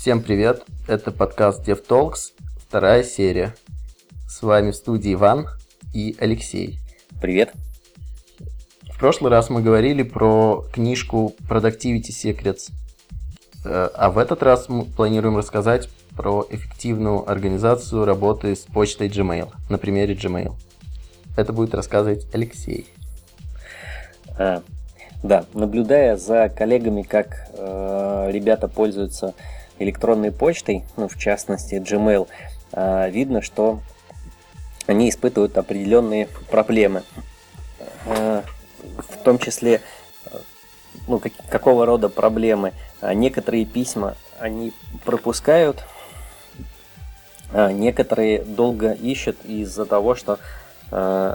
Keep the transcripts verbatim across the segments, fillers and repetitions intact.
Всем привет, это подкаст DevTalks, вторая серия. С вами в студии Иван и Алексей. Привет. В прошлый раз мы говорили про книжку Productivity Secrets, а в этот раз мы планируем рассказать про эффективную организацию работы с почтой Gmail, на примере Gmail. Это будет рассказывать Алексей. А, да, наблюдая за коллегами, как э, ребята пользуются электронной почтой, ну, в частности Gmail, э, видно, что они испытывают определенные проблемы. Э, в том числе, ну, как, какого рода проблемы. Некоторые письма они пропускают, а некоторые долго ищут из-за того, что э,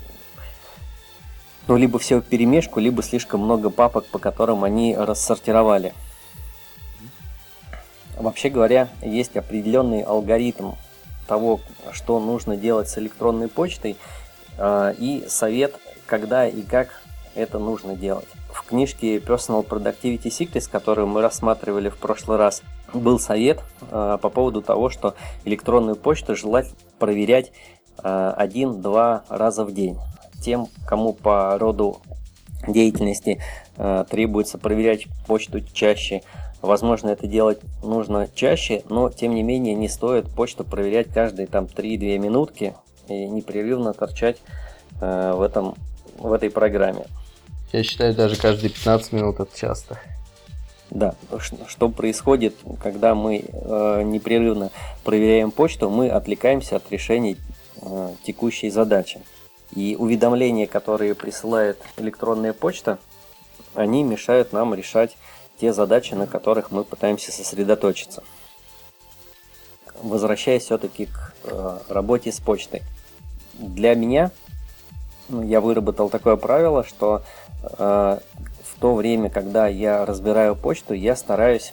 ну, либо все вперемешку, либо слишком много папок, по которым они рассортировали. Вообще говоря, есть определенный алгоритм того, что нужно делать с электронной почтой, и совет, когда и как это нужно делать. В книжке Personal Productivity Secrets, которую мы рассматривали в прошлый раз, был совет по поводу того, что электронную почту желательно проверять один-два раза в день. Тем, кому по роду деятельности требуется проверять почту чаще, возможно, это делать нужно чаще, но тем не менее не стоит почту проверять каждые там три-две минутки и непрерывно торчать э, в, этом, в этой программе. Я считаю, даже каждые пятнадцать минут это часто. Да, что происходит, когда мы э, непрерывно проверяем почту, мы отвлекаемся от решения э, текущей задачи. И уведомления, которые присылает электронная почта, они мешают нам решать те задачи, на которых мы пытаемся сосредоточиться. Возвращаясь все-таки к э, работе с почтой. Для меня, ну, я выработал такое правило, что э, в то время, когда я разбираю почту, я стараюсь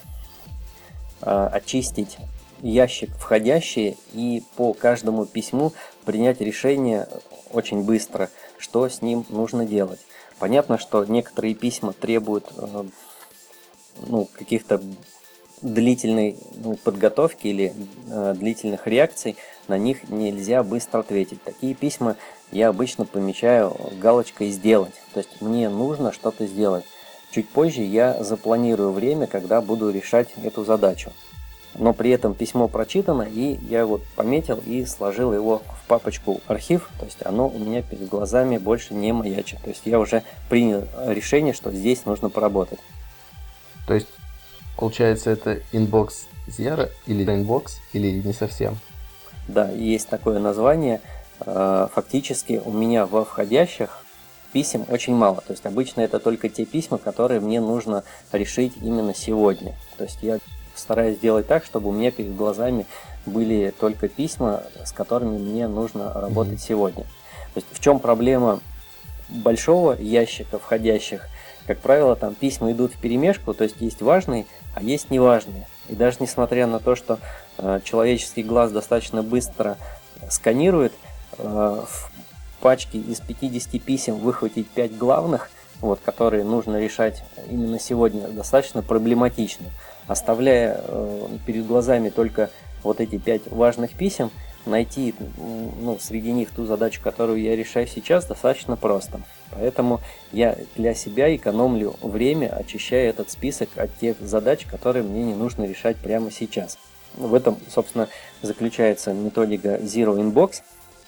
э, очистить ящик входящий и по каждому письму принять решение очень быстро, что с ним нужно делать. Понятно, что некоторые письма требуют э, ну, каких-то длительной ну, подготовки или э, длительных реакций, на них нельзя быстро ответить. Такие письма я обычно помечаю галочкой «Сделать». То есть мне нужно что-то сделать. Чуть позже я запланирую время, когда буду решать эту задачу. Но при этом письмо прочитано, и я вот пометил и сложил его в папочку «Архив». То есть оно у меня перед глазами больше не маячит. То есть я уже принял решение, что здесь нужно поработать. То есть, получается, это Inbox Zero или Inbox, или не совсем? Да, есть такое название. Фактически у меня во входящих писем очень мало. То есть обычно это только те письма, которые мне нужно решить именно сегодня. То есть я стараюсь сделать так, чтобы у меня перед глазами были только письма, с которыми мне нужно работать mm-hmm. сегодня. То есть в чем проблема большого ящика входящих? Как правило, там письма идут вперемешку, то есть есть важные, а есть неважные. И даже несмотря на то, что э, человеческий глаз достаточно быстро сканирует, э, в пачке из пятидесяти писем выхватить пять главных, вот, которые нужно решать именно сегодня, достаточно проблематично. Оставляя э, перед глазами только вот эти пять важных писем, найти ну, среди них ту задачу, которую я решаю сейчас, достаточно просто. Поэтому я для себя экономлю время, очищая этот список от тех задач, которые мне не нужно решать прямо сейчас. В этом, собственно, заключается методика Zero Inbox.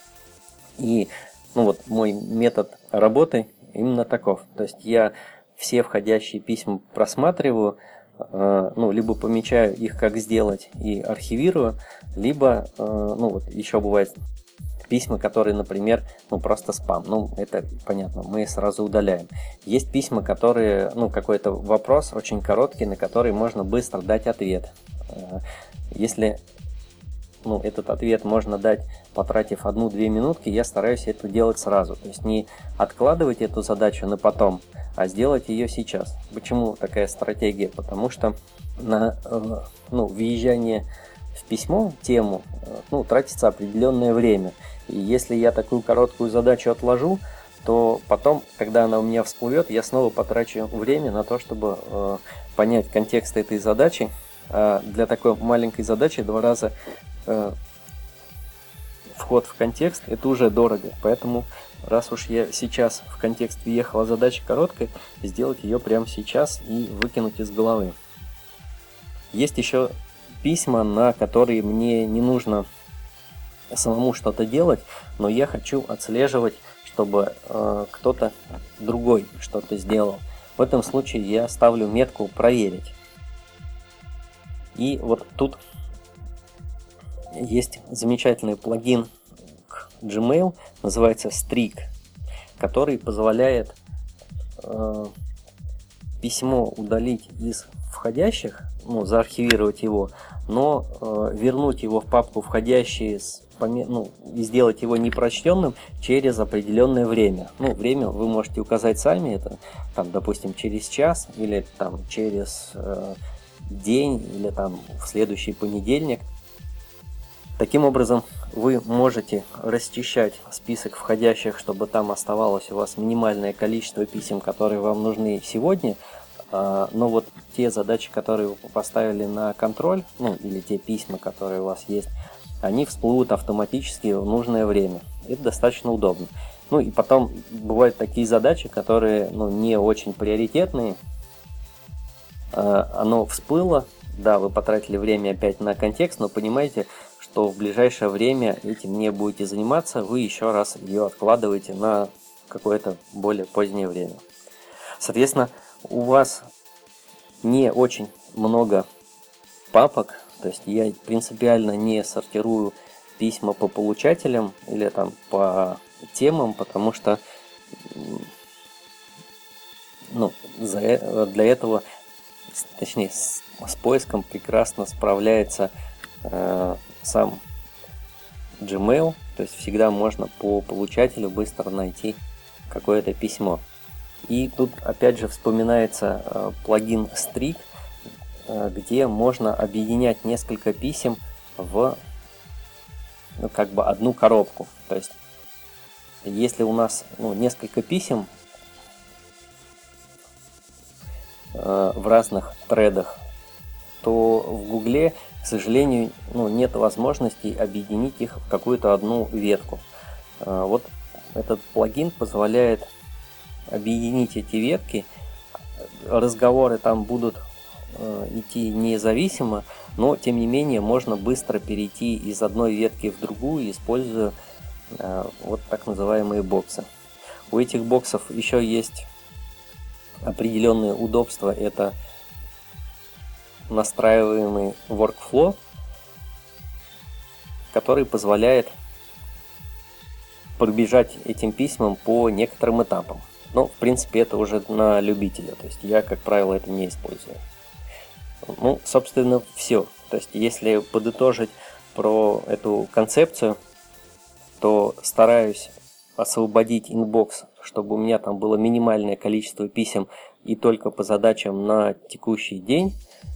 И ну вот, мой метод работы именно таков. То есть я все входящие письма просматриваю, ну, либо помечаю их, как сделать, и архивирую, либо, ну, вот еще бывает письма, которые, например, ну, просто спам. Ну, это понятно, мы сразу удаляем. Есть письма, которые, ну, какой-то вопрос очень короткий, на который можно быстро дать ответ. Если, ну, этот ответ можно дать, потратив одну-две минутки, я стараюсь это делать сразу. То есть не откладывать эту задачу на потом, а сделать ее сейчас. Почему такая стратегия? Потому что на ну, въезжание в письмо, тему, ну, тратится определенное время. И если я такую короткую задачу отложу, то потом, когда она у меня всплывет, я снова потрачу время на то, чтобы э, понять контекст этой задачи А для такой маленькой задачи два раза э, вход в контекст это уже дорого. Поэтому раз уж я сейчас в контекст въехала, задача короткая, сделать ее прямо сейчас и выкинуть из головы. Есть еще письма, на которые мне не нужно самому что-то делать, но я хочу отслеживать, чтобы э, кто-то другой что-то сделал. В этом случае я ставлю метку «Проверить». И вот тут есть замечательный плагин к Gmail, называется Streak, который позволяет э, письмо удалить из входящих, ну, заархивировать его, но э, вернуть его в папку входящие с, ну, и сделать его непрочтенным через определенное время. Ну, время вы можете указать сами, это, там, допустим, через час или там через э, день или там в следующий понедельник. Таким образом, вы можете расчищать список входящих, чтобы там оставалось у вас минимальное количество писем, которые вам нужны сегодня. Но вот те задачи, которые вы поставили на контроль, ну или те письма, которые у вас есть, они всплывут автоматически в нужное время. Это достаточно удобно. Ну и потом бывают такие задачи, которые, ну, не очень приоритетные. Оно всплыло, да, вы потратили время опять на контекст, но понимаете, что в ближайшее время этим не будете заниматься, вы еще раз ее откладываете на какое-то более позднее время. Соответственно, у вас не очень много папок, то есть я принципиально не сортирую письма по получателям или там по темам, потому что, ну, для этого, точнее, с, с поиском прекрасно справляется э, сам Gmail, то есть всегда можно по получателю быстро найти какое-то письмо. И тут опять же вспоминается э, плагин Streak, э, где можно объединять несколько писем в, ну, как бы одну коробку. То есть, если у нас, ну, несколько писем э, в разных тредах, то в Гугле, к сожалению, ну, нет возможности объединить их в какую-то одну ветку. Э, вот этот плагин позволяет объединить эти ветки. Разговоры там будут э, идти независимо, но тем не менее можно быстро перейти из одной ветки в другую, используя э, вот так называемые боксы. У этих боксов еще есть определенные удобства. Это настраиваемый workflow, который позволяет пробежать этим письмам по некоторым этапам. Но, в принципе, это уже на любителя. То есть я, как правило, это не использую. Ну, собственно, все. То есть, если подытожить про эту концепцию, то стараюсь освободить инбокс, чтобы у меня там было минимальное количество писем и только по задачам на текущий день.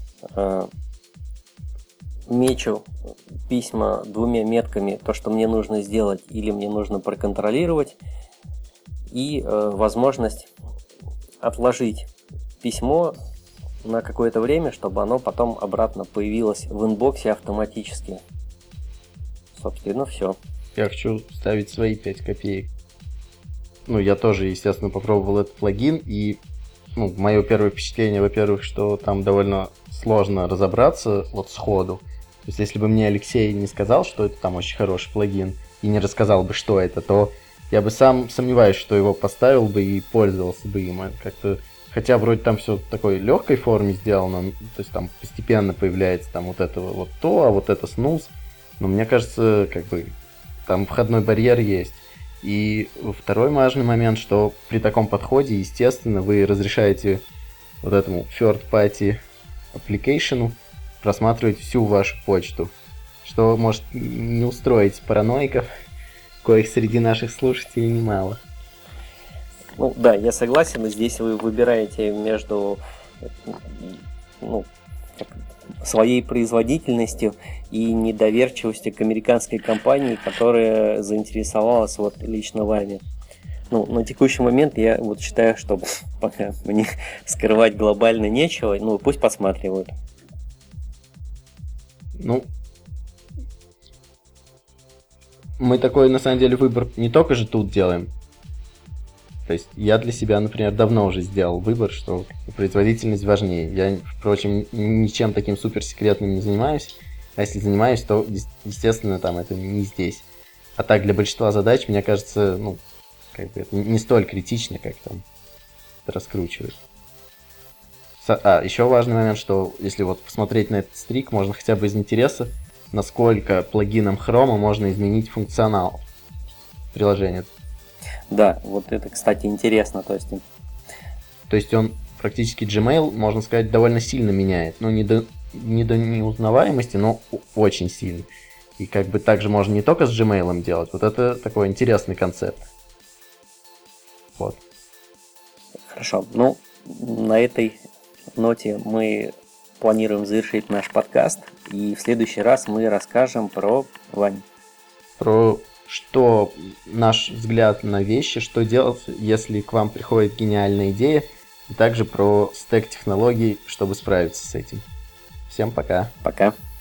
Мечу письма двумя метками, то, что мне нужно сделать или мне нужно проконтролировать. И э, возможность отложить письмо на какое-то время, чтобы оно потом обратно появилось в инбоксе автоматически. Собственно, все. Я хочу ставить свои пять копеек. Ну, я тоже, естественно, попробовал этот плагин, и, ну, мое первое впечатление, во-первых, что там довольно сложно разобраться вот сходу. То есть, если бы мне Алексей не сказал, что это там очень хороший плагин, и не рассказал бы, что это, то я бы сам сомневаюсь, что его поставил бы и пользовался бы им. Как-то, хотя вроде там все в такой легкой форме сделано, то есть там постепенно появляется там вот это вот то, а вот это снус. Но мне кажется, как бы там входной барьер есть. И второй важный момент, что при таком подходе, естественно, вы разрешаете вот этому third-party application просматривать всю вашу почту, что может не устроить параноиков, коих среди наших слушателей немало. Ну да, я согласен, здесь вы выбираете между, ну, своей производительностью и недоверчивостью к американской компании, которая заинтересовалась вот лично вами. Ну, на текущий момент я вот считаю, что пока мне скрывать глобально нечего, ну пусть посматривают. Ну, мы такой, на самом деле, выбор не только же тут делаем. То есть я для себя, например, давно уже сделал выбор, что производительность важнее. Я, впрочем, ничем таким суперсекретным не занимаюсь. А если занимаюсь, то, естественно, там это не здесь. А так, для большинства задач, мне кажется, ну, как бы это не столь критично, как там это раскручивать. А, еще важный момент, что если вот посмотреть на этот стрик, можно хотя бы из интереса, насколько плагином Chrome можно изменить функционал приложения. Да, вот это, кстати, интересно. То есть... то есть он практически Gmail, можно сказать, довольно сильно меняет. Ну, не до, не до неузнаваемости, но очень сильно. И как бы также можно не только с Gmail делать. Вот это такой интересный концепт. Вот. Хорошо. Ну, на этой ноте мы планируем завершить наш подкаст. И в следующий раз мы расскажем про, Вань, про что наш взгляд на вещи, что делать, если к вам приходит гениальная идея, и также про стек технологий, чтобы справиться с этим. Всем пока. Пока.